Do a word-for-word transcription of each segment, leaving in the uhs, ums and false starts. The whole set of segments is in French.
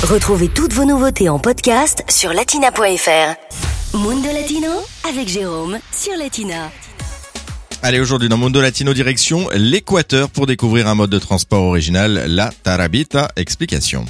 Retrouvez toutes vos nouveautés en podcast sur latina point f r. Mundo Latino avec Jérôme sur Latina. Allez, aujourd'hui dans Mundo Latino, direction l'Équateur pour découvrir un mode de transport original, la Tarabita. Explication.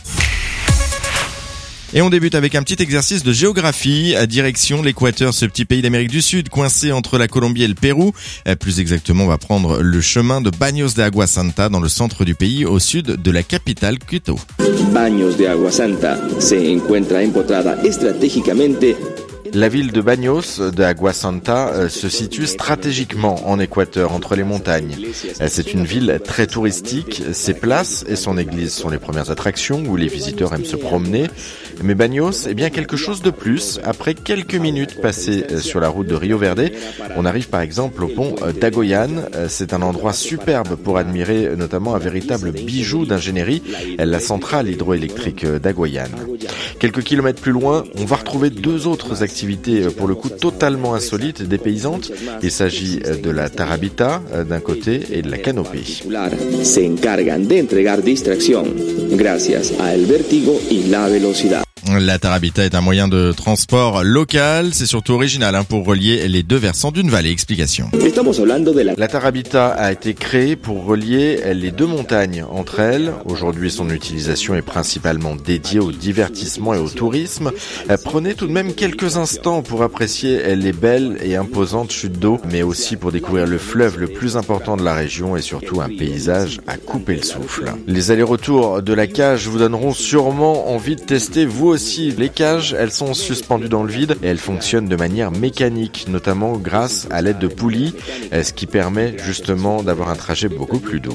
Et on débute avec un petit exercice de géographie à direction l'Équateur, ce petit pays d'Amérique du Sud coincé entre la Colombie et le Pérou. Plus exactement, on va prendre le chemin de Baños de Agua Santa dans le centre du pays, au sud de la capitale Quito. Baños de Agua Santa se encuentra empotrada estratégicamente. La ville de Baños de Agua Santa se situe stratégiquement en Équateur, entre les montagnes. C'est une ville très touristique. Ses places et son église sont les premières attractions où les visiteurs aiment se promener. Mais Baños est bien quelque chose de plus. Après quelques minutes passées sur la route de Rio Verde, on arrive par exemple au pont d'Agoyan. C'est un endroit superbe pour admirer notamment un véritable bijou d'ingénierie, la centrale hydroélectrique d'Agoyan. Quelques kilomètres plus loin, on va retrouver deux autres activités pour le coup totalement insolites, dépaysantes. Il s'agit de la Tarabita d'un côté et de la canopée. Se encargan de entregar distracción gracias a el vértigo y la velocidad. La Tarabita est un moyen de transport local, c'est surtout original hein, pour relier les deux versants d'une vallée. Explication. La Tarabita a été créée pour relier les deux montagnes entre elles. Aujourd'hui, son utilisation est principalement dédiée au divertissement et au tourisme. Prenez tout de même quelques instants pour apprécier les belles et imposantes chutes d'eau, mais aussi pour découvrir le fleuve le plus important de la région et surtout un paysage à couper le souffle. Les allers-retours de la cage vous donneront sûrement envie de tester vous aussi. Les cages, elles sont suspendues dans le vide et elles fonctionnent de manière mécanique, notamment grâce à l'aide de poulies, ce qui permet justement d'avoir un trajet beaucoup plus doux.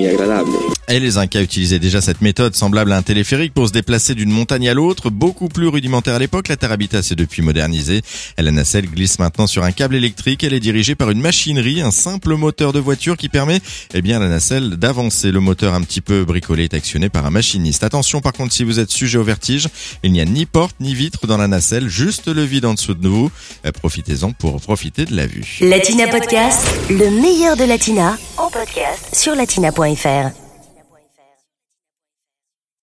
Et les Incas utilisaient déjà cette méthode semblable à un téléphérique pour se déplacer d'une montagne à l'autre, beaucoup plus rudimentaire à l'époque. La Tarabita s'est depuis modernisée. La nacelle glisse maintenant sur un câble électrique. Elle est dirigée par une machinerie, un simple moteur de voiture qui permet, eh bien, à la nacelle d'avancer. Le moteur un petit peu bricolé est actionné par un machiniste. Attention par contre, si vous êtes sujet au vertige, il n'y a ni porte ni vitre dans la nacelle, juste le vide en dessous de vous. Profitez-en pour profiter de la vue. Latina Podcast, le meilleur de Latina, en podcast sur latina point f r.